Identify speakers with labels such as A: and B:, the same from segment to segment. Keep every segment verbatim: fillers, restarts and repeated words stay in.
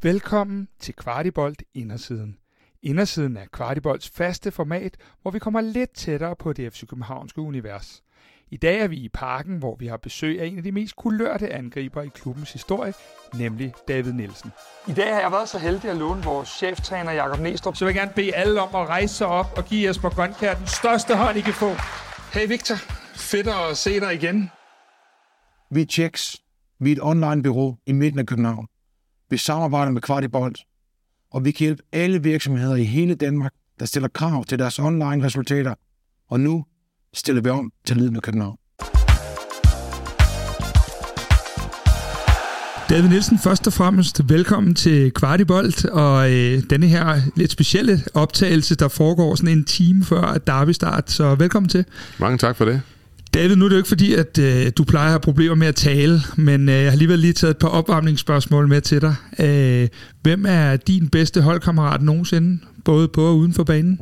A: Velkommen til Kvartibolt Indersiden. Indersiden er Kvartibolts faste format, hvor vi kommer lidt tættere på det F C Københavnske univers. I dag er vi i Parken, hvor vi har besøg af en af de mest kulørte angriber i klubbens historie, nemlig David Nielsen. I dag har jeg været så heldig at låne vores cheftræner Jakob Næstrup, så jeg vil gerne bede alle om at rejse sig op og give Jesper Grønkjær den største hånd, I kan få. Hey Victor, fedt at se dig igen.
B: Vi er Checks. Vi er et online-bureau i midten af København. Vi samarbejder med Kvartibolt, og vi kan hjælpe alle virksomheder i hele Danmark, der stiller krav til deres online-resultater. Og nu stiller vi om til lyden af København.
A: David Nielsen, først og fremmest velkommen til Kvartibolt, og øh, denne her lidt specielle optagelse, der foregår sådan en time før derby-start, så velkommen til.
C: Mange tak for det.
A: David, nu er det jo ikke fordi, at øh, du plejer at have problemer med at tale, men øh, jeg har alligevel lige taget et par opvarmningsspørgsmål med til dig. Øh, hvem er din bedste holdkammerat nogensinde, både på og uden for banen?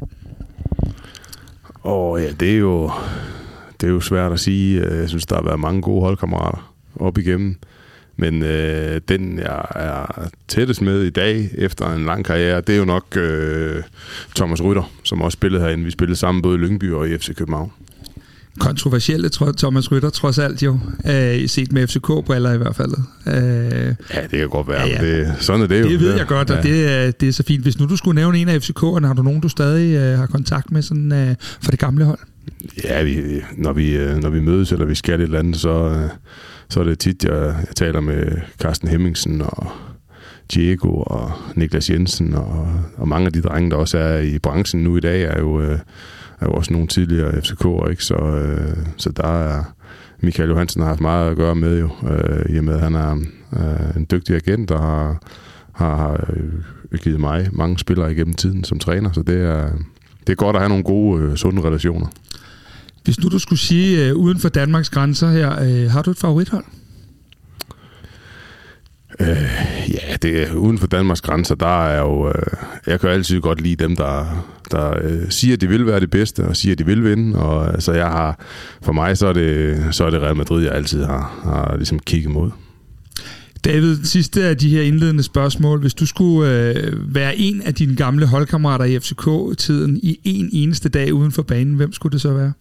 C: Åh ja, det er jo det er jo svært at sige. Jeg synes, der har været mange gode holdkammerater op igennem. Men øh, den, jeg er tættest med i dag, efter en lang karriere, det er jo nok øh, Thomas Rytter, som også spillede herinde. Vi spillede sammen både i Lyngby og i F C København.
A: Kontroversielle, tror jeg, Thomas Rytter, trods alt jo. Øh, set med F C K-briller i hvert fald. Øh,
C: ja, det kan godt være.
A: Ja, ja.
C: Det, sådan er det jo.
A: Det ved jeg godt, og ja. det, det er så fint. Hvis nu du skulle nævne en af F C K'erne, har du nogen, du stadig øh, har kontakt med sådan, øh, for det gamle hold?
C: Ja, vi, når, vi, når vi mødes, eller vi skal et eller andet, så, øh, så er det tit, jeg, jeg taler med Carsten Hemmingsen og Diego og Niklas Jensen, og, og mange af de drenge, der også er i branchen nu i dag, er jo... Øh, er jo også nogle tidligere F C K'er, ikke? Så, øh, så der er Michael Johansen har haft meget at gøre med jo, øh, i og med at han er øh, en dygtig agent, der har, har øh, givet mig mange spillere igennem tiden som træner, så det er, det er godt at have nogle gode, øh, sunde relationer.
A: Hvis nu du skulle sige, øh, uden for Danmarks grænser her, øh, har du et favorithold?
C: Øh, ja, det er uden for Danmarks grænser, der er jo, øh, jeg kan jo altid godt lide dem, der, der øh, siger, at de vil være det bedste, og siger, at de vil vinde, og altså jeg har, for mig så er det, så er det Real Madrid, jeg altid har, har ligesom kigget mod.
A: David, sidste af de her indledende spørgsmål. Hvis du skulle øh, være en af dine gamle holdkammerater i F C K-tiden i en eneste dag uden for banen, hvem skulle det så være?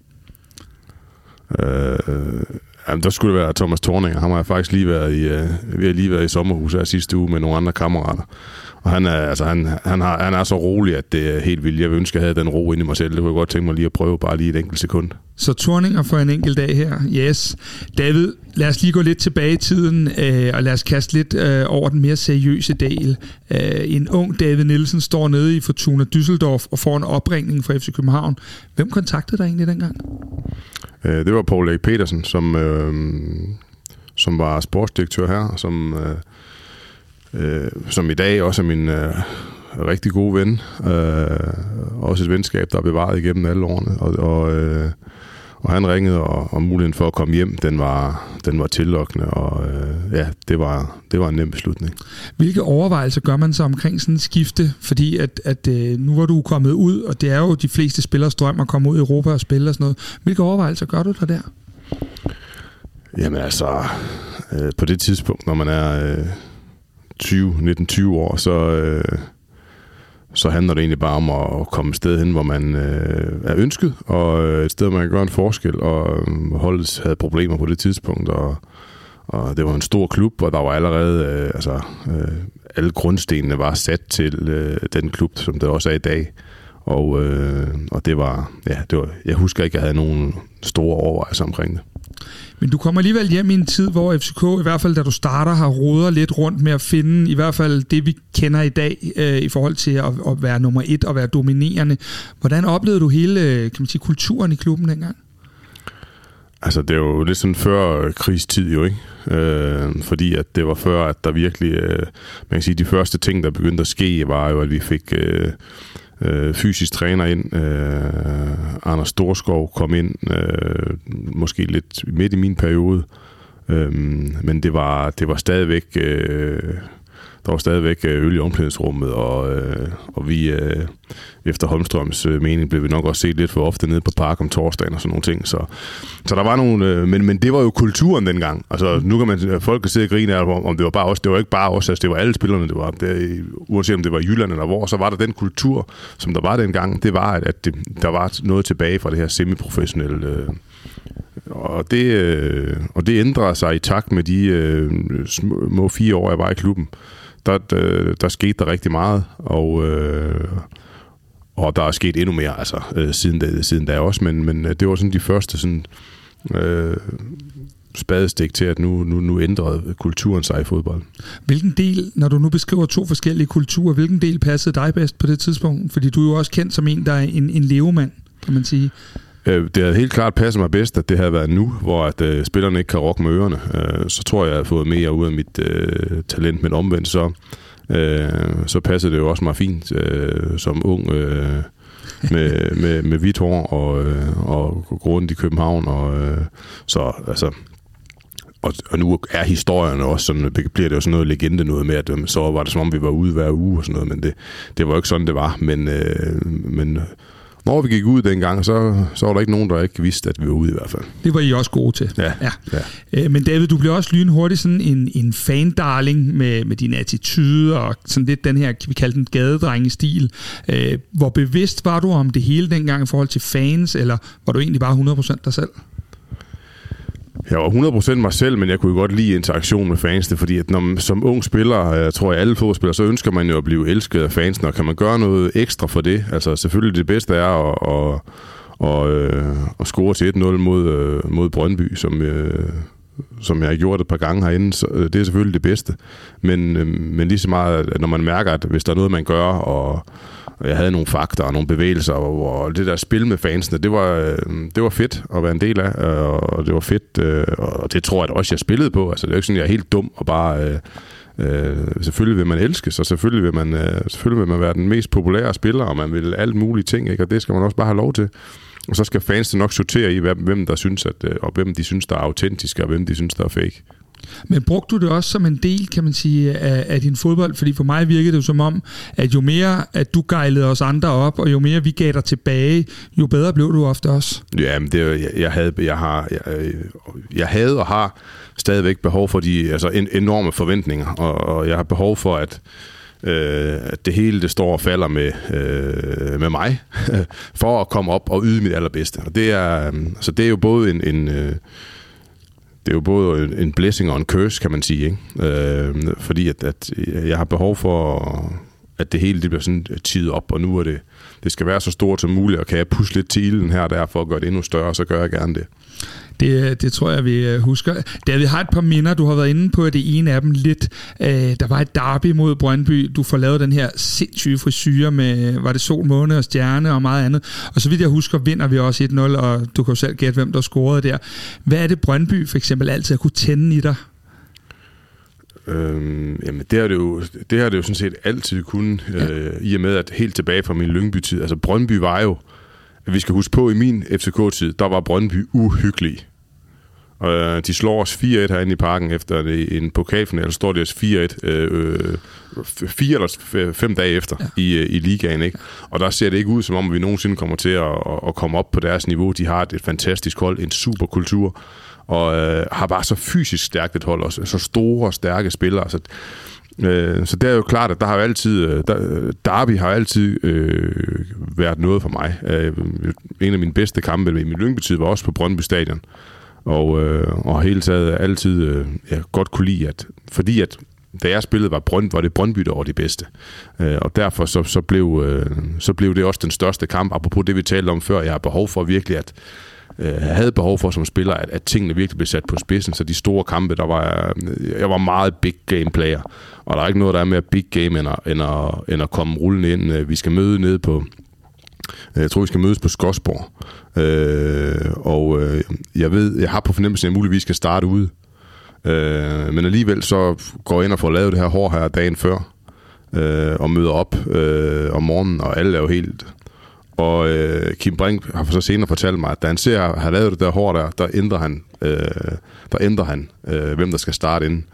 C: Øh... Jamen, der skulle det være Thomas Thorninger. Han har jeg faktisk lige været i, øh, vi har lige været i sommerhus her sidste uge med nogle andre kammerater. Og han er, altså, han, han, har, han er så rolig, at det er helt vildt. Jeg vil ønske, at jeg havde den ro inde i mig selv. Det kunne jeg godt tænke mig lige at prøve bare lige et enkelt sekund.
A: Så Thorninger for en enkelt dag her. Yes. David, lad os lige gå lidt tilbage i tiden, øh, og lad os kaste lidt øh, over den mere seriøse del. Øh, en ung David Nielsen står nede i Fortuna Düsseldorf og får en opringning fra F C København. Hvem kontaktede dig egentlig dengang?
C: Øh, det var Poul Erik Petersen, som, øh, som var sportsdirektør her, som... Øh, Øh, som i dag også er min øh, rigtig gode ven. Øh, også et venskab, der er bevaret igennem alle årene. Og, og, øh, og han ringede, og, og muligheden for at komme hjem, den var, den var tillokkende, og øh, ja, det var, det var en nem beslutning.
A: Hvilke overvejelser gør man så omkring sådan en skifte? Fordi at, at øh, nu var du kommet ud, og det er jo de fleste spillers drøm at komme ud i Europa og spille og sådan noget. Hvilke overvejelser gør du der der?
C: Jamen altså, øh, på det tidspunkt, når man er... Øh, nitten tyve år, så, øh, så handler det egentlig bare om at komme et sted hen, hvor man øh, er ønsket, og et sted, hvor man kan gøre en forskel, og øh, holdet havde problemer på det tidspunkt, og, og det var en stor klub, og der var allerede, øh, altså, øh, alle grundstenene var sat til øh, den klub, som det også er i dag, og, øh, og det var, ja, det var, jeg husker ikke, at jeg havde nogen store overvejelser omkring det. Men
A: du kommer alligevel hjem i en tid, hvor F C K, i hvert fald da du starter, har rodet lidt rundt med at finde i hvert fald det, vi kender i dag, øh, i forhold til at, at være nummer et og være dominerende. Hvordan oplevede du hele, kan man sige, kulturen i klubben dengang?
C: Altså, det er jo lidt sådan før krigstid jo, ikke? Øh, fordi at det var før, at der virkelig, øh, man kan sige, de første ting, der begyndte at ske, var jo, at vi fik... Øh, Øh, fysisk træner ind. Øh, Anders Storskov kom ind, øh, måske lidt midt i min periode. Øh, men det var, det var stadigvæk... Øh, der var stadigvæk øl i omklædningsrummet, og, øh, og vi, øh, efter Holmstrøms øh, mening, blev vi nok også set lidt for ofte nede på park om torsdagen og sådan nogle ting. Så, så der var nogle, øh, men, men det var jo kulturen dengang. Altså, nu kan man, folk kan sidde og grine af, om det var bare os. Det var ikke bare os, altså, det var alle spillerne, det var, det, uanset om det var i Jylland eller hvor, så var der den kultur, som der var dengang. Det var, at det, der var noget tilbage fra det her semiprofessionelle øh, Og det, øh, og det ændrede sig i takt med de øh, små fire år, jeg var i klubben. Der, der, der skete der rigtig meget, og, øh, og der er sket endnu mere altså, øh, siden, da, siden da også, men, men det var sådan de første sådan, øh, spadestik til, at nu, nu, nu ændrede kulturen sig i fodbold.
A: Hvilken del, når du nu beskriver to forskellige kulturer, hvilken del passede dig bedst på det tidspunkt? Fordi du er jo også kendt som en, der er en, en levemand, kan man sige.
C: Det havde helt klart passet mig bedst, at det havde været nu, hvor at, øh, spillerne ikke kan rokke med ørerne. Øh, så tror jeg, jeg har fået mere ud af mit øh, talent, men omvendt så, øh, så passede det jo også mig fint øh, som ung øh, med, med, med hvidt hår og, øh, og grundet i København. Og, øh, så altså... Og, og nu er historierne også sådan, bliver det jo sådan noget legende noget med, at så var det som om, vi var ude hver uge og sådan noget, men det, det var jo ikke sådan, det var. Men, øh, men når vi gik ud dengang, så, så var der ikke nogen, der ikke vidste, at vi var ude i hvert fald.
A: Det var I også gode til.
C: Ja. ja.
A: ja. Men David, du blev også lynhurtigt sådan en, en fan-darling med, med din attitude og sådan lidt den her, vi kalder den gadedrengestil. Hvor bevidst var du om det hele dengang i forhold til fans, eller var du egentlig bare hundrede procent dig selv?
C: Jeg var hundrede procent mig selv, men jeg kunne godt lide interaktion med fansene, fordi at når man, som ung spiller, jeg tror jeg alle fodboldspillere, så ønsker man jo at blive elsket af fansene, og kan man gøre noget ekstra for det? Altså selvfølgelig det bedste er at, at, at, at, at score til et nul mod, mod Brøndby, som, som jeg har gjort et par gange herinde, så det er selvfølgelig det bedste. Men, men lige så meget, at når man mærker, at hvis der er noget, man gør, og jeg havde nogle fakter og nogle bevægelser, og det der spil med fansene, det var, det var fedt at være en del af, og det var fedt, og det tror jeg også, jeg spillede på. Altså, det er jo ikke sådan, jeg er helt dum, og bare, øh, selvfølgelig vil man elske sig, selvfølgelig vil man, øh, selvfølgelig vil man være den mest populære spiller, og man vil alt mulige ting, ikke? Og det skal man også bare have lov til. Og så skal fansene nok sortere i, hvem der synes, at, og hvem de synes, der er autentiske, og hvem de synes, der er fake.
A: Men brugte du det også som en del, kan man sige, af, af din fodbold? Fordi for mig virkede det jo som om, at jo mere at du gejlede os andre op, og jo mere vi gav dig tilbage, jo bedre blev du ofte også.
C: Ja, men det, jeg, jeg, havde, jeg, har, jeg, jeg havde og har stadigvæk behov for de altså en, enorme forventninger, og, og jeg har behov for, at Øh, at det hele det står og falder med, øh, med mig, for at komme op og yde mit allerbedste. Og det er, øh, så det er jo både en, en øh, det er jo både en, en blessing og en curse, kan man sige, ikke? Øh, fordi at, at jeg har behov for, at det hele det bliver sådan tidet op, og nu er det, det skal være så stort som muligt, og kan jeg pushe lidt til ilden her og der for at gøre det endnu større, så gør jeg gerne det.
A: Det, det tror jeg, vi husker. David, har et par minder, du har været inde på, det ene af dem lidt. Der var et derby mod Brøndby. Du får lavet den her sindssyge frisyre med, var det sol, måne og stjerne og meget andet. Og så vidt jeg husker, vinder vi også et nul, og du kan jo selv gætte, hvem der scorede der. Hvad er det Brøndby for eksempel altid at kunne tænde i dig?
C: Øhm, jamen det har det jo det har det jo sådan set altid kun ja. øh, i og med at helt tilbage fra min Lyngby-tid. Altså Brøndby var jo, vi skal huske på, i min F C K-tid, der var Brøndby uhyggelig. Og de slår os fire et herinde i parken efter en pokalfinale, eller står det os fire et øh, fire eller fem dage efter ja. i, i ligaen, ikke? Og der ser det ikke ud, som om vi nogensinde kommer til at, at komme op på deres niveau. De har et, et fantastisk hold, en super kultur, og øh, har bare så fysisk stærkt et hold også, så store og stærke spillere. Så, øh, så det er jo klart, at der har jo altid, der, derby har altid øh, været noget for mig. Øh, en af mine bedste kampe i min Lyngby-tid var også på Brøndby Stadion. Og, øh, og hele taget altid øh, ja, godt kunne lide, at fordi at da jeg spillede var, Brønd, var det Brøndby, der var det bedste. Øh, og derfor så, så, blev, øh, så blev det også den største kamp, apropos det vi talte om før. Jeg har behov for virkelig at øh, havde behov for som spiller, at, at tingene virkelig blev sat på spidsen. Så de store kampe, der var jeg var meget big game player. Og der er ikke noget, der er mere big game, end at, end at, end at komme rullende ind. Vi skal møde ned på Jeg tror, vi skal mødes på Skodsborg. Øh, og øh, jeg ved, jeg har på fornemmelsen, at jeg muligvis skal starte ude. Øh, men alligevel så går jeg ind og får lavet det her hår her dagen før. Øh, og møder op øh, om morgenen, og alle er jo helt... Og øh, Kim Brink har så senere fortalt mig, at da han ser, at har lavet det der hår der, der ændrer han, øh, der ændrer han øh, hvem der skal starte ind.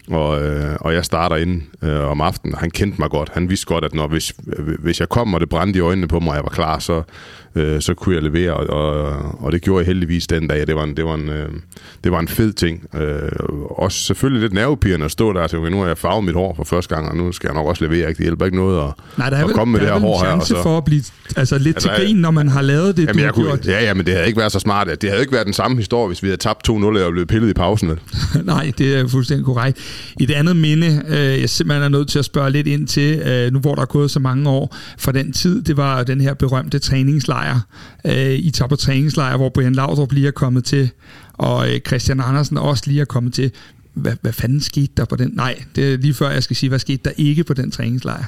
C: Og, øh, og jeg starter ind øh, om aftenen, og han kendte mig godt. Han vidste godt, at når, hvis, hvis jeg kom, og det brændte i øjnene på mig, og jeg var klar, så, øh, så kunne jeg levere. Og, og, og det gjorde jeg heldigvis den dag. Det var en, det var en, øh, det var en fed ting. Øh, også selvfølgelig lidt nervepirrende at stå der og tænke, nu har jeg farvet mit hår for første gang, og nu skal jeg nok også levere. Ikke? Det hjælper ikke noget at,
A: Nej, der er
C: at
A: vel,
C: komme med
A: der
C: det her hår her.
A: Der er vel en chance for at blive altså, lidt altså, til grin, når man har lavet det,
C: jamen,
A: du har
C: kunne,
A: gjort.
C: Ja, ja, men det havde ikke været så smart. Det havde ikke været den samme historie, hvis vi havde tabt to nul og blevet pillet i pausen. Vel?
A: Nej, det er fuldstændig korrekt. Et andet minde, øh, jeg simpelthen er nødt til at spørge lidt ind til, øh, nu hvor der er gået så mange år fra den tid, det var den her berømte træningslejr. Øh, I tager på træningslejr, hvor Brian Laudrup lige er kommet til, og øh, Christian Andersen også lige er kommet til. Hvad, hvad fanden skete der på den? Nej, det er lige før jeg skal sige, hvad skete der ikke på den træningslejr?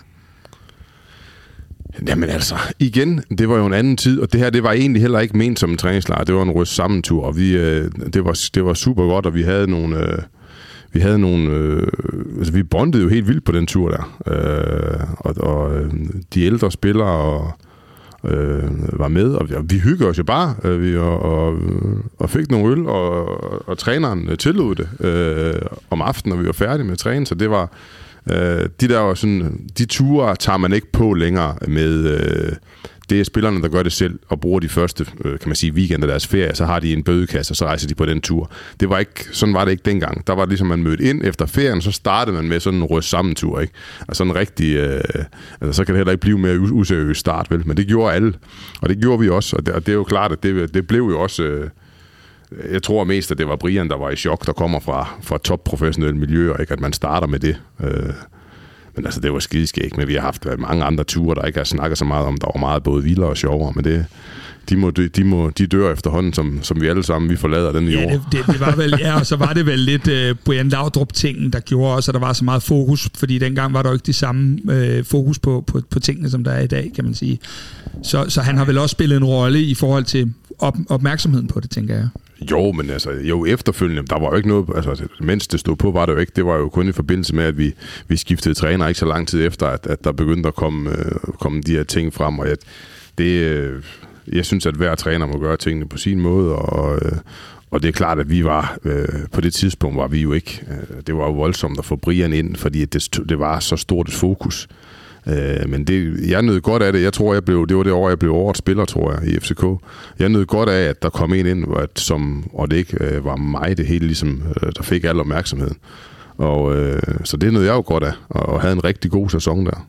C: Jamen altså, igen, det var jo en anden tid, og det her, det var egentlig heller ikke ment som en træningslejr. Det var en røst sammentur, og vi, øh, det, var, det var super godt, og vi havde nogle... Øh, Vi havde nogle... Øh, altså, vi bondede jo helt vildt på den tur der. Øh, og og øh, de ældre spillere og, øh, var med, og vi, og vi hyggede os jo bare. Øh, vi, og, og, og fik nogle øl, og, og, og træneren tillod det øh, om aftenen, når vi var færdige med at træne. Så det var... Øh, de der var sådan... De ture tager man ikke på længere med... Øh, det er spillerne, der gør det selv og bruger de første, kan man sige, weekender af deres ferie, så har de en bødekasse, og så rejser de på den tur. Det var ikke, sådan var det ikke dengang. Der var det ligesom, man mødte ind efter ferien, så startede man med sådan en røst sammentur, ikke? Og sådan en rigtig, øh, altså så kan det heller ikke blive mere useriøst start, vel? Men det gjorde alle, og det gjorde vi også, og det, og det er jo klart, at det, det blev jo også... Øh, jeg tror mest, at det var Brian, der var i chok, der kommer fra, fra topprofessionelle miljøer, ikke? At man starter med det. Øh, Men altså, det var skideskægt, men vi har haft mange andre ture, der ikke har snakket så meget om. Der var meget både vildere og sjovere, men det, de, må, de, må, de dør efterhånden, som, som vi alle sammen vi forlader den jord.
A: Ja, det, det, det var vel, ja, og så var det vel lidt uh, Brian Laudrup-tingen, der gjorde også, at der var så meget fokus, fordi dengang var der jo ikke det samme uh, fokus på, på, på tingene, som der er i dag, kan man sige. Så, så han har vel også spillet en rolle i forhold til op, opmærksomheden på det, tænker jeg.
C: Jo, men altså, jo efterfølgende, der var jo ikke noget, altså mens det stod på, var det jo ikke, det var jo kun i forbindelse med, at vi, vi skiftede træner ikke så lang tid efter, at, at der begyndte at komme, øh, komme de her ting frem, og jeg, det, øh, jeg synes, at hver træner må gøre tingene på sin måde, og, øh, og det er klart, at vi var, øh, på det tidspunkt var vi jo ikke, øh, det var jo voldsomt at få Brian ind, fordi det, det var så stort et fokus. Øh, men det, jeg nød godt af det. Jeg tror, jeg blev, det var det år, jeg blev årets spiller, tror jeg, i F C K. Jeg nød godt af, at der kom en ind, at, som, og det ikke øh, var mig, det hele ligesom, øh, der fik al opmærksomheden. Og, øh, så det nød jeg jo godt af, og, og havde en rigtig god sæson der.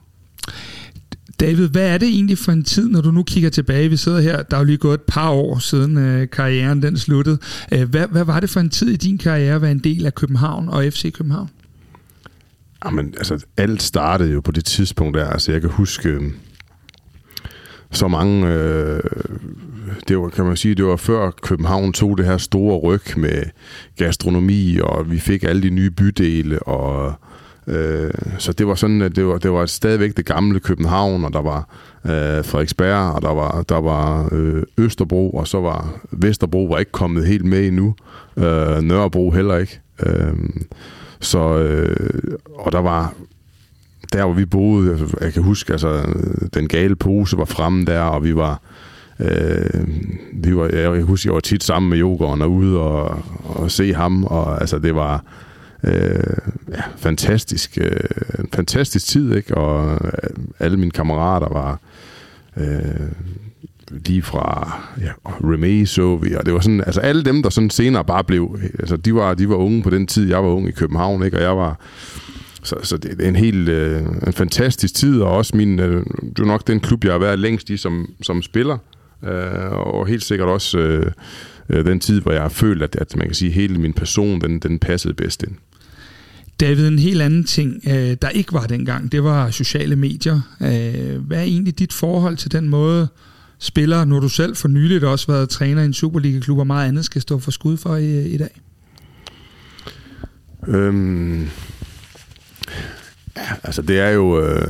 A: David, hvad er det egentlig for en tid, når du nu kigger tilbage? Vi sidder her, der er jo lige gået et par år siden øh, karrieren den sluttede. Øh, hvad, hvad var det for en tid i din karriere at være en del af København og F C København?
C: Jamen, altså, alt startede jo på det tidspunkt der. Altså, jeg kan huske øh, så mange... Øh, det var, kan man sige, det var før København tog det her store ryg med gastronomi, og vi fik alle de nye bydele, og øh, så det var sådan, at det var, det var stadigvæk det gamle København, og der var øh, Frederiksberg, og der var, der var øh, Østerbro, og så var Vesterbro var ikke kommet helt med endnu. Øh, Nørrebro heller ikke. Øh, Så, øh, og der var, der hvor vi boede, jeg kan huske, altså, den gale pose var fremme der, og vi var, øh, vi var jeg kan huske, jeg var tit sammen med Jokeren og ude og, og se ham, og altså, det var øh, ja, fantastisk, øh, en fantastisk tid, ikke? Og alle mine kammerater var øh, lige fra ja, Remé så vi, og det var sådan, altså alle dem, der sådan senere bare blev, altså de var, de var unge på den tid, jeg var ung i København, ikke? Og jeg var, så, så det er en helt, øh, en fantastisk tid, og også min, øh, det er nok den klub, jeg har været længst i som, som spiller, øh, og helt sikkert også øh, den tid, hvor jeg har følt, at, at man kan sige, hele min person, den, den passede bedst ind.
A: David, en helt anden ting, øh, der ikke var dengang, det var sociale medier. Øh, hvad er egentlig dit forhold til den måde, spiller, når du selv for nyligt også været træner i en Superliga-klub, og meget andet skal stå for skud for i, i dag?
C: Øhm, ja, altså det er jo øh,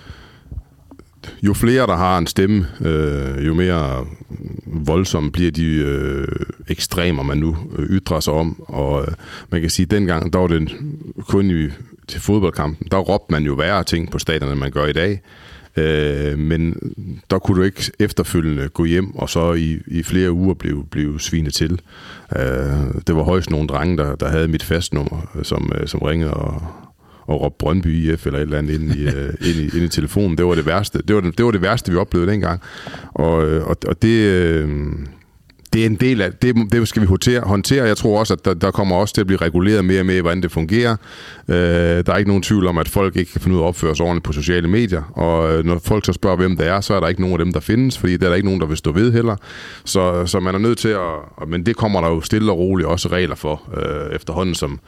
C: jo flere der har en stemme, øh, jo mere voldsomme bliver de øh, ekstremer, man nu øh, ytrer sig om, og øh, man kan sige, at dengang, der var det kun i, til fodboldkampen, der råbte man jo værre ting på stadion, end man gør i dag. Øh, men der kunne du ikke efterfølgende gå hjem og så i, i flere uger blive, blive svinet til. Øh, det var højst nogle drenge, der, der havde mit fastnummer, som, som ringede og, og råbte Brøndby I F eller et eller andet ind i, uh, ind i, ind i telefonen. Det var det værste. Det var det, det var det værste, vi oplevede dengang. Og, og, og det... Øh, Det er en del af det, det skal vi håndtere, håndtere. Jeg tror også, at der, der kommer også til at blive reguleret mere med, hvordan det fungerer. Øh, der er ikke nogen tvivl om, at folk ikke kan finde ud af at opføre sig ordentligt på sociale medier. Og når folk så spørger, hvem det er, så er der ikke nogen af dem, der findes, fordi der er der ikke nogen, der vil stå ved heller. Så, så man er nødt til at... Men det kommer der jo stille og roligt også regler for øh, efterhånden, som,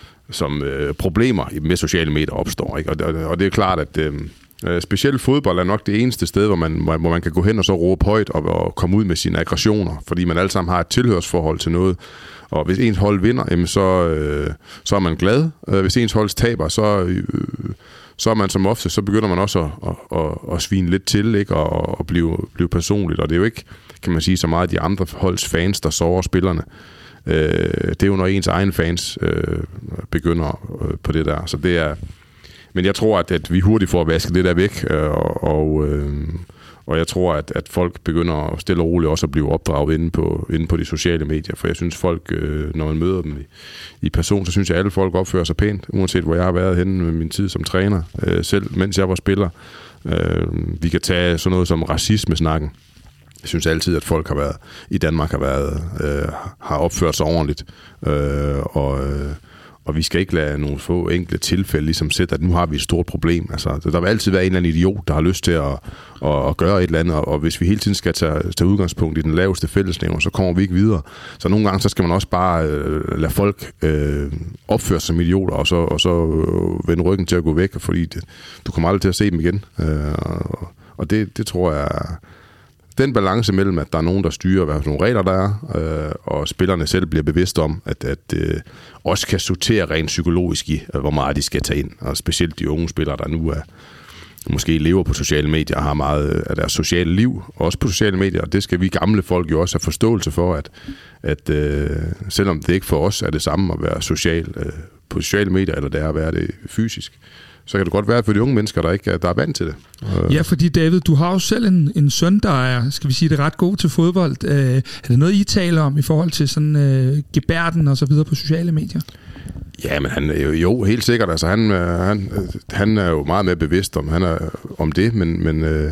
C: som øh, problemer med sociale medier opstår. Ikke? Og, og det er klart, at... Øh, Specielt fodbold er nok det eneste sted, hvor man, hvor man kan gå hen og så råbe højt og, og komme ud med sine aggressioner, fordi man alle sammen har et tilhørsforhold til noget. Og hvis ens hold vinder, jamen så, øh, så er man glad. Hvis ens hold taber, så, øh, så er man som ofte, så begynder man også at, at, at, at svine lidt til, ikke? Og, og blive, blive personligt. Og det er jo ikke, kan man sige, så meget de andre holds fans, der sover spillerne. Øh, det er jo, når ens egen fans øh, begynder øh, på det der. Så det er... Men jeg tror, at, at vi hurtigt får vasket det der væk, og, og, øh, og jeg tror, at, at folk begynder stille og roligt også at blive opdraget inde på, inde på de sociale medier, for jeg synes folk, øh, når man møder dem i, i person, så synes jeg, at alle folk opfører sig pænt, uanset hvor jeg har været henne med min tid som træner, øh, selv mens jeg var spiller. Øh, vi kan tage sådan noget som racisme-snakken. Jeg synes altid, at folk har været i Danmark har været øh, har opført sig ordentligt, øh, og øh, Og vi skal ikke lade nogle få enkelte tilfælde ligesom sætte, at nu har vi et stort problem. Altså, der vil altid være en eller anden idiot, der har lyst til at, at, at gøre et eller andet, og hvis vi hele tiden skal tage, tage udgangspunkt i den laveste fællesnævner, så kommer vi ikke videre. Så nogle gange så skal man også bare øh, lade folk øh, opføre sig som idioter, og så, og så øh, vende ryggen til at gå væk, fordi det, du kommer aldrig til at se dem igen. Øh, og og det, det tror jeg... Den balance mellem, at der er nogen, der styrer, hvad for nogle regler der er, øh, og spillerne selv bliver bevidste om, at, at øh, også kan sortere rent psykologisk i, hvor meget de skal tage ind. Og specielt de unge spillere, der nu er, måske lever på sociale medier og har meget af deres sociale liv, også på sociale medier. Og det skal vi gamle folk jo også have forståelse for, at, at øh, selvom det ikke for os er det samme at være social øh, på sociale medier, eller det er at være det fysisk, så kan det godt være for de unge mennesker, der ikke er, der er vant til det.
A: Ja, fordi David, du har jo selv en, en søn, der er, skal vi sige det, ret god til fodbold. Øh, er det noget, I taler om i forhold til sådan øh, gebærden og så videre på sociale medier?
C: Ja, men han, jo, jo, helt sikkert. Altså, han, han, han er jo meget mere bevidst om, han er, om det, men, men øh,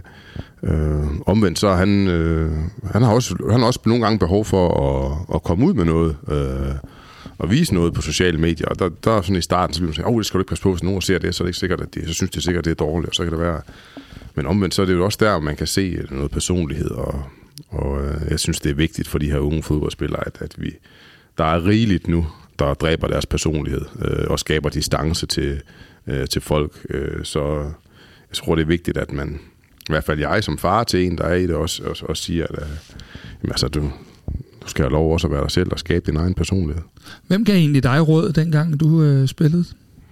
C: øh, omvendt så han, øh, han har også, han har også nogle gange behov for at, at komme ud med noget, øh, og vise noget på sociale medier, og der, der er sådan i starten, så bliver man sige, åh, det skal du ikke passe på, hvis nogen ser det, så er det ikke sikkert, at det, så synes det sikkert, det er dårligt, og så kan det være, men omvendt, så er det jo også der, man kan se noget personlighed, og, og jeg synes, det er vigtigt for de her unge fodboldspillere, at, at vi, der er rigeligt nu, der dræber deres personlighed, øh, og skaber distance til, øh, til folk, øh, så jeg tror, det er vigtigt, at man, i hvert fald jeg som far til en, der er i det, også, også, også siger, at jamen, altså, du Du skal have lov også at være dig selv og skabe din egen personlighed.
A: Hvem gav egentlig dig råd, dengang du øh, spillede?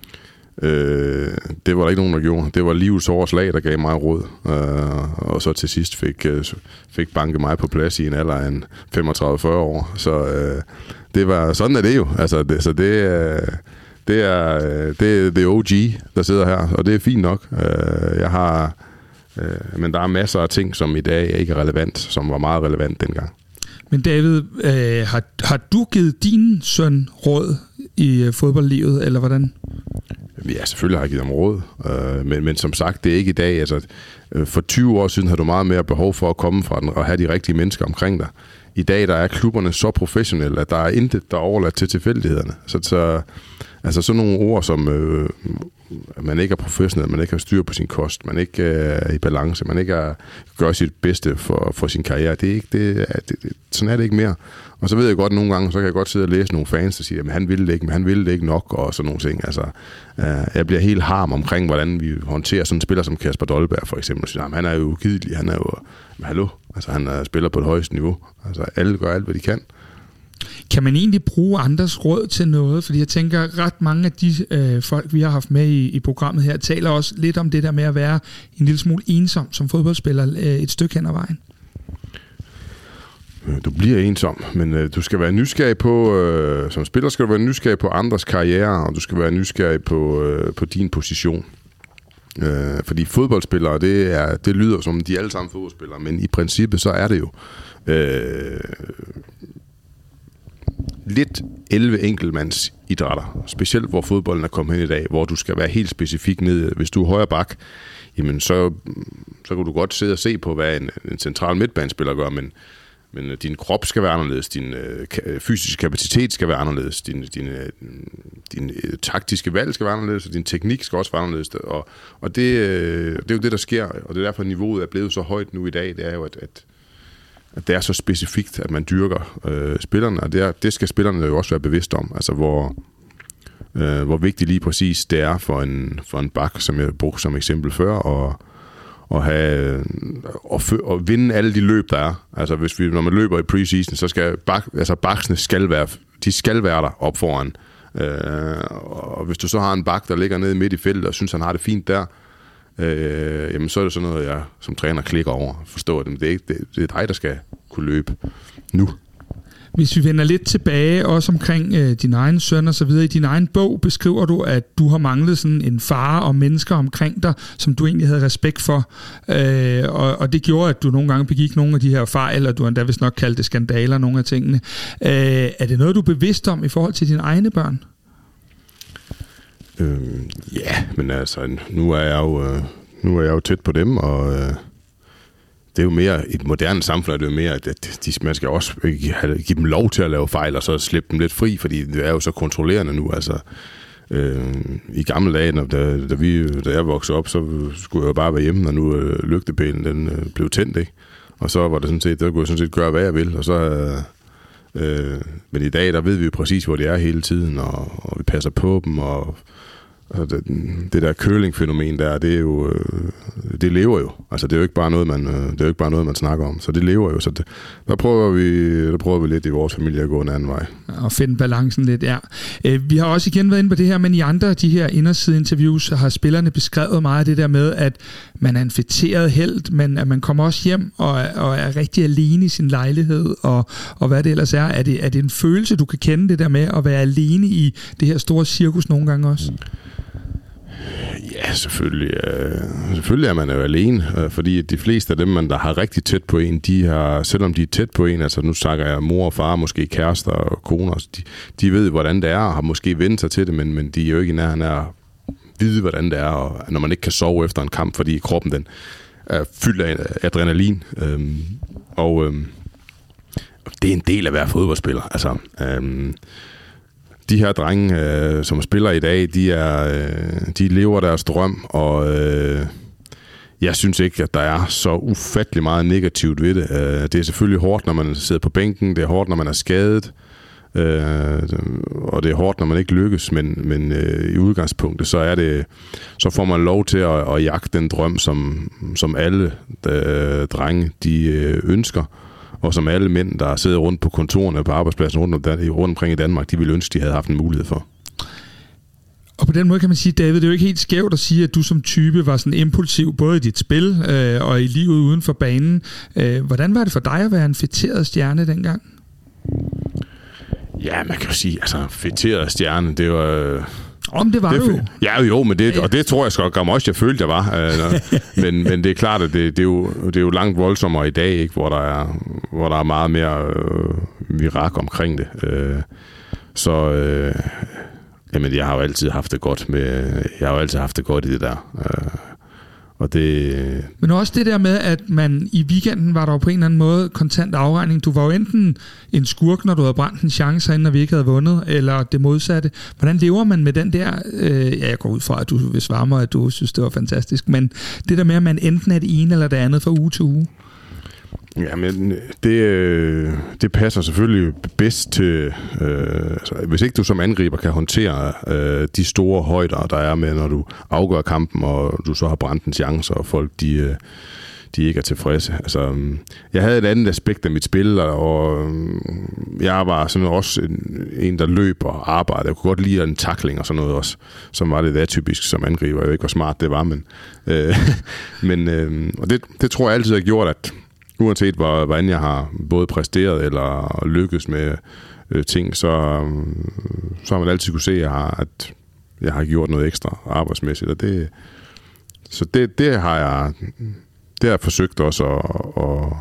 C: Øh, det var der ikke nogen, der gjorde. Det var livets årslag, der gav mig råd. Øh, og så til sidst fik, øh, fik banket mig på plads i en alder af femogtredive til fyrre år. Så øh, det var, sådan er det jo. Altså, det, så det, øh, det er det, det er O G, der sidder her, og det er fint nok. Øh, jeg har, øh, men der er masser af ting, som i dag ikke er relevant, som var meget relevant dengang.
A: Men David, øh, har, har du givet din søn råd i øh, fodboldlivet, eller hvordan?
C: Ja, selvfølgelig har jeg givet ham råd, øh, men, men som sagt, det er ikke i dag. Altså, øh, for tyve år siden havde du meget mere behov for at komme fra den og have de rigtige mennesker omkring dig. I dag der er klubberne så professionelle, at der er intet, der er overladt til tilfældighederne. Så, så altså sådan nogle ord som, øh, man ikke er professionel, man ikke har styr på sin kost, man ikke er i balance, man ikke er, gør sit bedste for, for sin karriere, det er ikke, det, det, det, sådan er det ikke mere. Og så ved jeg godt, at nogle gange, så kan jeg godt sidde og læse nogle fans, der siger, at han ville det ikke, men han ville det ikke nok, og sådan nogle ting. Altså, øh, jeg bliver helt harm omkring, hvordan vi håndterer sådan en spiller som Kasper Dolberg, for eksempel. Så, jamen, han er jo ugidelig, han er jo, men hallo, altså han er spiller på det højeste niveau. Altså alle gør alt, hvad de kan.
A: Kan man egentlig bruge andres råd til noget? Fordi jeg tænker, ret mange af de øh, folk, vi har haft med i, i programmet her, taler også lidt om det der med at være en lille smule ensom som fodboldspiller øh, et stykke hen ad vejen.
C: Du bliver ensom, men øh, du skal være nysgerrig på, øh, som spiller skal du være nysgerrig på andres karriere, og du skal være nysgerrig på, øh, på din position. Øh, fordi fodboldspillere, det, er, det lyder som, de er alle sammen fodboldspillere, men i princippet, så er det jo øh, lidt elleve enkeltmands idrætter. Specielt hvor fodbolden er kommet hen i dag, hvor du skal være helt specifik ned. Hvis du er højre bak, jamen så, så kan du godt sidde og se på, hvad en, en central midtbanespiller gør, men Men din krop skal være anderledes, din øh, fysiske kapacitet skal være anderledes, din, din, øh, din øh, taktiske valg skal være anderledes, og din teknik skal også være anderledes. Og, og det, øh, det er jo det, der sker, og det er derfor, niveauet er blevet så højt nu i dag. Det er jo, at, at, at det er så specifikt, at man dyrker øh, spillerne, og det, er, det skal spillerne jo også være bevidste om. Altså, hvor, øh, hvor vigtigt lige præcis det er for en, for en bak, som jeg brugte som eksempel før, og og have og, og vinde alle de løb der er. Altså hvis vi når man løber i preseason, så skal bak, altså baksene skal være de skal være der op foran. Øh, og hvis du så har en bak der ligger nede midt i feltet og synes han har det fint der, øh, jamen så er det sådan noget jeg som træner klikker over. Forstår det, men det er ikke det, det er dig der skal kunne løbe nu.
A: Hvis vi vender lidt tilbage, også omkring øh, din egen søn og så videre, i din egen bog beskriver du, at du har manglet sådan en far og mennesker omkring dig, som du egentlig havde respekt for, øh, og, og det gjorde, at du nogle gange begik nogle af de her fejl, og du endda vist nok kaldte det skandaler, nogle af tingene. Øh, er det noget, du er bevidst om i forhold til dine egne børn?
C: Øh, ja, men altså, nu er jeg jo, øh, nu er jeg jo tæt på dem, og øh det er jo mere, et moderne samfund, det er jo mere, at de, man skal også give dem lov til at lave fejl, og så slippe dem lidt fri, fordi det er jo så kontrollerende nu. Altså, øh, i gamle dage, da, da, vi, da jeg voksede op, så skulle jeg jo bare være hjemme, når nu øh, lygtepælen den, øh, blev tændt, ikke? Og så var det sådan set, der kunne jeg sådan set gøre, hvad jeg vil, og så... Øh, øh, men i dag, der ved vi jo præcis, hvor de er hele tiden, og, og vi passer på dem, og... Og det, det der curling-fænomen der, det er jo, det lever jo. Altså det er jo ikke bare noget man, det er jo ikke bare noget man snakker om. Så det lever jo. Så det, der prøver vi, der prøver vi lidt i vores familie at gå en anden vej.
A: Og finde balancen lidt, ja. Vi har også igen været inde på det her, men i andre af de her inderside-interviews har spillerne beskrevet meget det der med, at man er en fætteret helt, men at man kommer også hjem og, og er rigtig alene i sin lejlighed, og, og hvad det ellers er. Er det, er det en følelse, du kan kende det der med at være alene i det her store cirkus nogle gange også?
C: Ja, selvfølgelig. Øh, selvfølgelig er man jo alene, øh, fordi de fleste af dem, man der har rigtig tæt på en, de har, selvom de er tæt på en, altså nu snakker jeg mor og far, måske kærester og koner, de, de ved, hvordan det er, og har måske vendt sig til det, men, men de er jo ikke i nærheden af at vide, hvordan det er, og når man ikke kan sove efter en kamp, fordi kroppen den er fyldt af adrenalin. Øh, og øh, det er en del af at være fodboldspiller. Altså... Øh, De her drenge, øh, som spiller i dag, de, er, øh, de lever deres drøm, og øh, jeg synes ikke, at der er så ufattelig meget negativt ved det. Øh, det er selvfølgelig hårdt, når man sidder på bænken, det er hårdt, når man er skadet, øh, og det er hårdt, når man ikke lykkes, men, men øh, i udgangspunktet, så, er det, så får man lov til at, at jagte den drøm, som, som alle øh, drenge de, øh, ønsker. Og som alle mænd, der sidder rundt på kontorerne på arbejdspladsen rundt, om, rundt omkring i Danmark, de ville ønske, de havde haft en mulighed for.
A: Og på den måde kan man sige, David, det er jo ikke helt skævt at sige, at du som type var sådan impulsiv, både i dit spil øh, og i livet uden for banen. Øh, hvordan var det for dig at være en fætteret stjerne dengang?
C: Ja, man kan jo sige, altså fætteret stjerne, det var... Øh
A: Om det var det, du?
C: Ja, jo, men det, og det tror jeg skal gøre også, jeg følte, jeg var. men, men det er klart, at det, det, er jo, det er jo langt voldsommere i dag, ikke, hvor der er, hvor der er meget mere øh, virak omkring det. Øh, så øh, jamen, jeg har jo altid haft det godt med, jeg har jo altid haft det godt i det der. Øh, og det...
A: Men også det der med, at man i weekenden var der jo på en eller anden måde kontant afregning. Du var jo enten en skurk, når du havde brændt en chance herinde, når vi ikke havde vundet, eller det modsatte. Hvordan lever man med den der... Øh, ja, jeg går ud fra, at du vil svare mig, at du synes, det var fantastisk, men det der med, at man enten er det ene eller det andet fra uge til uge.
C: Ja, men det, det passer selvfølgelig bedst til, øh, altså, hvis ikke du som angriber kan håndtere øh, de store højder, der er med, når du afgør kampen, og du så har brændt en chance, og folk de, de ikke er tilfredse. Altså, jeg havde et andet aspekt af mit spil, og jeg var sådan også en, en der løb og arbejdede. Jeg kunne godt lide en tackling og sådan noget også, som var lidt atypisk som angriber. Jeg ved ikke, hvor smart det var, men, øh, men øh, og det, det tror jeg altid har gjort, at uanset hvordan jeg har både præsteret eller lykkes med øh, ting, så, så har man altid kunne se, at jeg har, at jeg har gjort noget ekstra arbejdsmæssigt, og det, så det, det har jeg det har jeg forsøgt også at, at,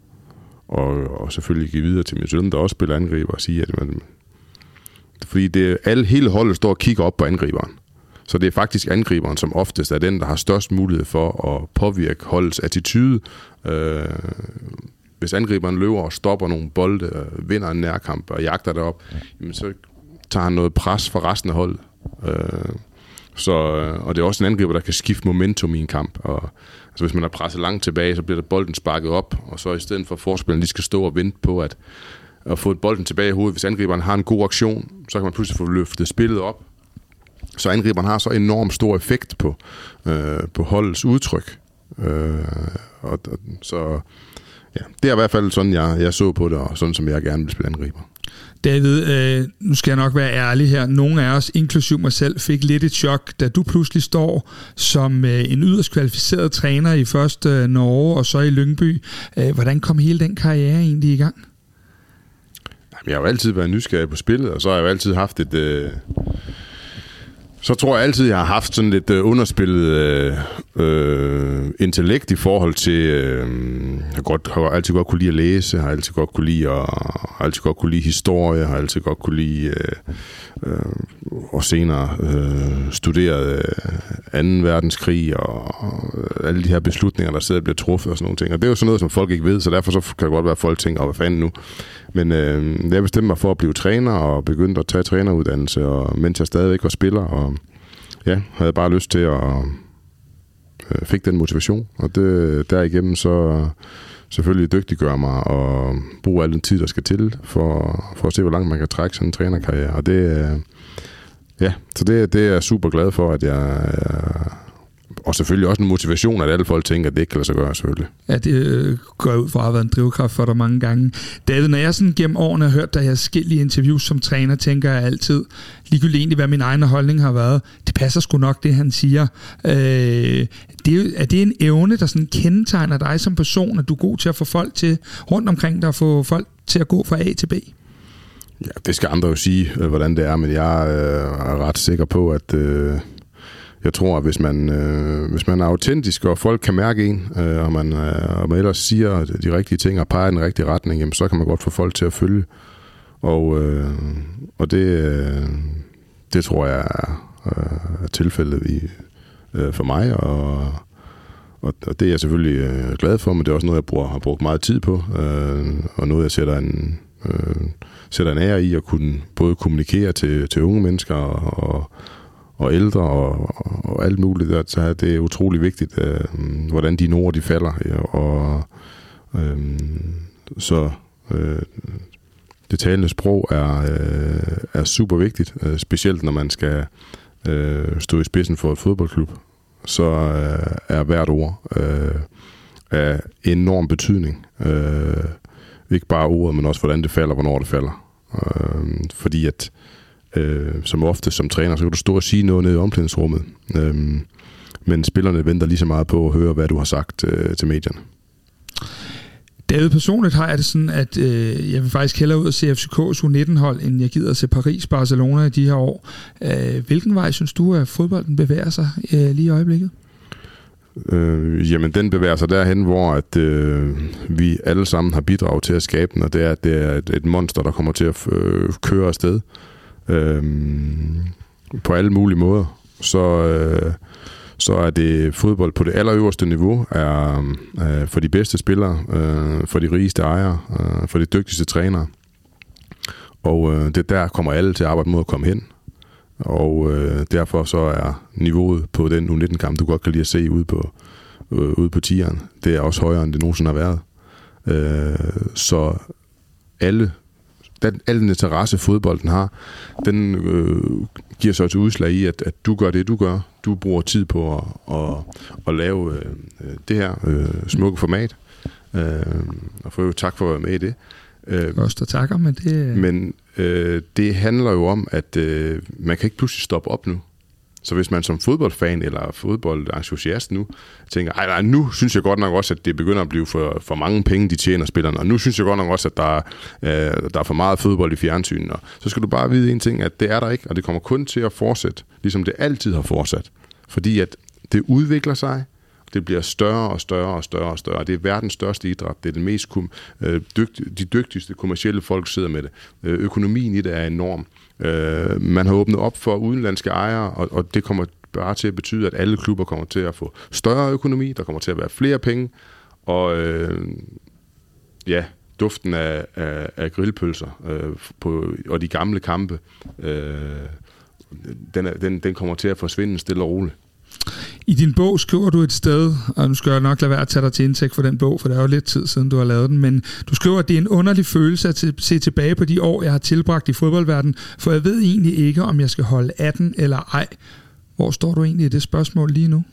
C: og, og selvfølgelig give videre til min søn, der også spiller angriber, og sige, at man, fordi det, alle, hele holdet står og kigger op på angriberen. Så det er faktisk angriberen, som oftest er den, der har størst mulighed for at påvirke holdets attitude. Øh, hvis angriberen løber og stopper nogle bolde, øh, vinder en nærkamp og jagter det op, jamen, så tager han noget pres fra resten af holdet. Øh, så, og det er også en angriber, der kan skifte momentum i en kamp. Og, altså, hvis man er presset langt tilbage, så bliver der bolden sparket op, og så i stedet for forspilleren lige skal stå og vente på at, at få bolden tilbage i hovedet. Hvis angriberen har en god aktion, så kan man pludselig få løftet spillet op. Så angriberen har så enormt stor effekt på, øh, på holdets udtryk. Øh, og, og, så ja, det er i hvert fald sådan, jeg, jeg så på det, og sådan som jeg gerne vil spille angriber.
A: David, øh, nu skal jeg nok være ærlig her. Nogle af os, inklusiv mig selv, fik lidt et chok, da du pludselig står som øh, en yderst kvalificeret træner i først øh, Norge og så i Lyngby. Øh, hvordan kom hele den karriere egentlig i gang?
C: Jamen, jeg har jo altid været nysgerrig på spillet, og så har jeg jo altid haft et... Øh Så tror jeg altid, jeg har haft sådan lidt øh, underspillet øh, øh, intellekt i forhold til... Øh, jeg har, godt, har altid godt kunne lide at læse, har altid godt kunne lide at, har altid godt kunne lide historie, har altid godt kunne lide... Øh, øh, og senere øh, studeret øh, anden verdenskrig og, og alle de her beslutninger, der sidder og bliver truffet og sådan nogle ting. Og det er jo sådan noget, som folk ikke ved, så derfor så kan det godt være, at folk tænker, hvad fanden nu? Men øh, jeg bestemte mig for at blive træner og begyndte at tage træneruddannelse, og mens jeg stadigvæk var spiller, og ja, havde bare lyst til at øh, fik den motivation, og det, derigennem så selvfølgelig dygtiggøre mig og bruge al den tid, der skal til, for, for at se, hvor langt man kan trække sådan en trænerkarriere. Og det, øh, ja, så det, det er jeg super glad for, at jeg... Øh, og selvfølgelig også en motivation, at alle folk tænker, at det ikke kan lade sig gøre, selvfølgelig.
A: Ja, det øh, går ud fra at have været en drivkraft for dig mange gange. David, når jeg sådan gennem årene har hørt dig i forskellige interviews som træner, tænker jeg altid, ligegyldigt egentlig, hvad min egen holdning har været, det passer sgu nok, det han siger. Øh, det er, er det en evne, der sådan kendetegner dig som person, at du er god til at få folk til rundt omkring dig, at få folk til at gå fra A til B?
C: Ja, det skal andre jo sige, hvordan det er, men jeg øh, er ret sikker på, at... Øh Jeg tror, at hvis man, øh, hvis man er autentisk, og folk kan mærke en, øh, og, man, øh, og man ellers siger de rigtige ting og peger i den rigtige retning, jamen, så kan man godt få folk til at følge. Og, øh, og det, øh, det tror jeg er, øh, er tilfældet i, øh, for mig, og, og, og det er jeg selvfølgelig øh, glad for, men det er også noget, jeg bruger, har brugt meget tid på, øh, og noget, jeg sætter en, øh, sætter en ære i at kunne både kommunikere til, til unge mennesker og, og og ældre og, og alt muligt. Så det er utrolig vigtigt, øh, hvordan de ord de falder. Og øh, så øh, det talende sprog er, øh, er super vigtigt, øh, specielt når man skal øh, stå i spidsen for et fodboldklub. Så øh, er hvert ord øh, af enorm betydning. Øh, ikke bare ordet, men også hvordan det falder, hvornår det falder. Øh, fordi at Øh, som ofte som træner, så kan du stå og sige noget nede i omklædningsrummet. Øh, men spillerne venter lige så meget på at høre, hvad du har sagt øh, til medierne.
A: David, personligt har jeg det sådan, at øh, jeg vil faktisk hellere ud og se F C K's U nitten-hold, end jeg gider at se Paris, Barcelona i de her år. Øh, hvilken vej synes du, at fodbolden bevæger sig øh, lige i øjeblikket?
C: Øh, jamen, den bevæger sig derhen, hvor at, øh, vi alle sammen har bidraget til at skabe den, og det er, at det er et, et monster, der kommer til at øh, køre afsted. Øhm, på alle mulige måder, så, øh, så er det fodbold på det allerøverste niveau, er øh, for de bedste spillere, øh, for de rigeste ejere, øh, for de dygtigste trænere, og øh, det der kommer alle til at arbejde mod at komme hen, og øh, derfor så er niveauet på den U nitten-kamp, du godt kan lide at se ude på, øh, ude på tieren, det er også højere, end det nogensinde har været. Øh, så alle Den, al den interesse, fodbolden har, den øh, giver så et udslag i, at, at du gør det, du gør. Du bruger tid på at, at, at lave øh, det her øh, smukke format. Øh, og for øvrigt tak for at være med i det.
A: Øh, Også der takker, men det...
C: Men øh, det handler jo om, at øh, man kan ikke pludselig stoppe op nu. Så hvis man som fodboldfan eller fodboldentusiast nu tænker, ej, nej, nu synes jeg godt nok også, at det begynder at blive for, for mange penge, de tjener spillerne, og nu synes jeg godt nok også, at der, øh, der er for meget fodbold i fjernsynet, og så skal du bare vide en ting, at det er der ikke, og det kommer kun til at fortsætte, ligesom det altid har fortsat. Fordi at det udvikler sig. Det bliver større og større og større og større. Det er verdens største idræt. Det er den mest kom, øh, dygtige, de dygtigste kommercielle folk sidder med det. Øh, økonomien i det er enorm. Øh, man har åbnet op for udenlandske ejere, og, og det kommer bare til at betyde, at alle klubber kommer til at få større økonomi. Der kommer til at være flere penge. Og øh, ja, duften af, af, af grillpølser øh, på, og de gamle kampe, øh, den, er, den, den kommer til at forsvinde stille og roligt.
A: I din bog skriver du et sted, og nu skal jeg nok lade være at tage dig til indtægt for den bog, for det er jo lidt tid siden, du har lavet den, men du skriver, at det er en underlig følelse at se tilbage på de år, jeg har tilbragt i fodboldverdenen, for jeg ved egentlig ikke, om jeg skal holde atten eller ej. Hvor står du egentlig i det spørgsmål lige nu?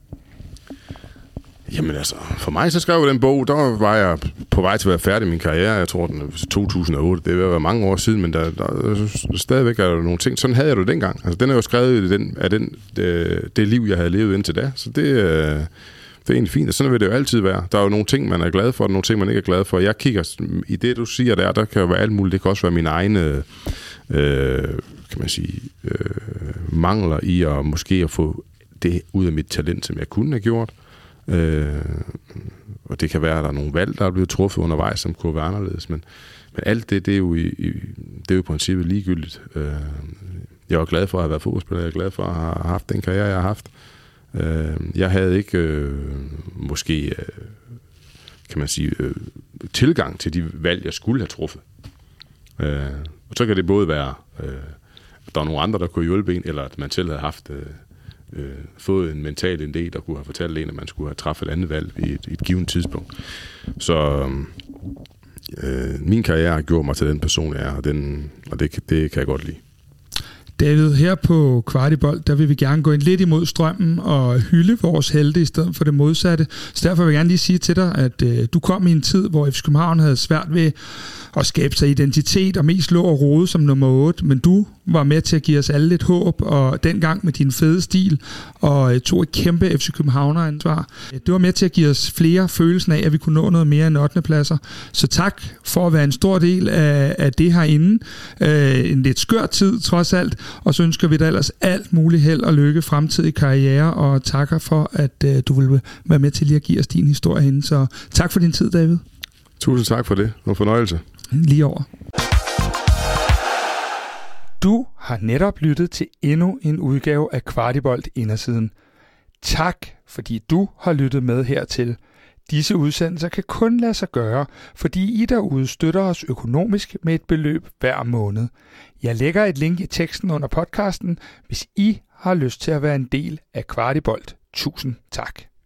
C: Jamen altså, for mig så skrev jeg den bog, der var jeg på vej til at være færdig i min karriere, jeg tror den er to tusind og otte, det vil være mange år siden, men der, der stadigvæk er der nogle ting, sådan havde jeg det dengang. Altså den er jo skrevet i den, af den, det, det liv, jeg havde levet indtil da, så det, det er egentlig fint, og sådan vil det jo altid være. Der er jo nogle ting, man er glad for, og nogle ting, man ikke er glad for. Jeg kigger, i det du siger der, der kan jo være alt muligt, det kan også være mine egne, øh, kan man sige, øh, mangler i at måske at få det ud af mit talent, som jeg kunne have gjort. Øh, og det kan være, at der er nogle valg, der er blevet truffet undervejs, som kunne være anderledes, men, men alt det, det er jo i, i, det er jo i princippet ligegyldigt. Øh, jeg var glad for at have været fodboldspiller, jeg er glad for at have haft den karriere, jeg har haft. Øh, jeg havde ikke øh, måske, øh, kan man sige, øh, tilgang til de valg, jeg skulle have truffet. Øh, og så kan det både være, øh, at der er nogle andre, der kunne hjælpe en, eller at man selv havde haft øh, Øh, fået en mental idé, der kunne have fortalt en, at man skulle have træffet et andet valg i et, et givet tidspunkt. Så øh, min karriere har gjort mig til den person, jeg er, og, den, og det, det kan jeg godt lide.
A: David, her på Kvartibold, der vil vi gerne gå ind lidt imod strømmen og hylde vores helte i stedet for det modsatte. Så derfor vil jeg gerne lige sige til dig, at øh, du kom i en tid, hvor F C København havde svært ved at skabe sig identitet og mest lå og rode som nummer otte, men du var med til at give os alle lidt håb, og dengang med din fede stil, og øh, tog et kæmpe F C Københavner-ansvar. Det var med til at give os flere følelsen af, at vi kunne nå noget mere end ottende pladser. Så tak for at være en stor del af, af det herinde. Øh, en lidt skør tid, trods alt, og så ønsker vi dig ellers alt muligt held og lykke fremtidig karriere, og takker for, at øh, du vil være med til lige at give os din historie henne. Så tak for din tid, David.
C: Tusind tak for det. Det var en fornøjelse.
A: Lige over. Du har netop lyttet til endnu en udgave af Kvartibold Indersiden. Tak, fordi du har lyttet med hertil. Disse udsendelser kan kun lade sig gøre, fordi I derude støtter os økonomisk med et beløb hver måned. Jeg lægger et link i teksten under podcasten, hvis I har lyst til at være en del af Kvartibold. Tusind tak.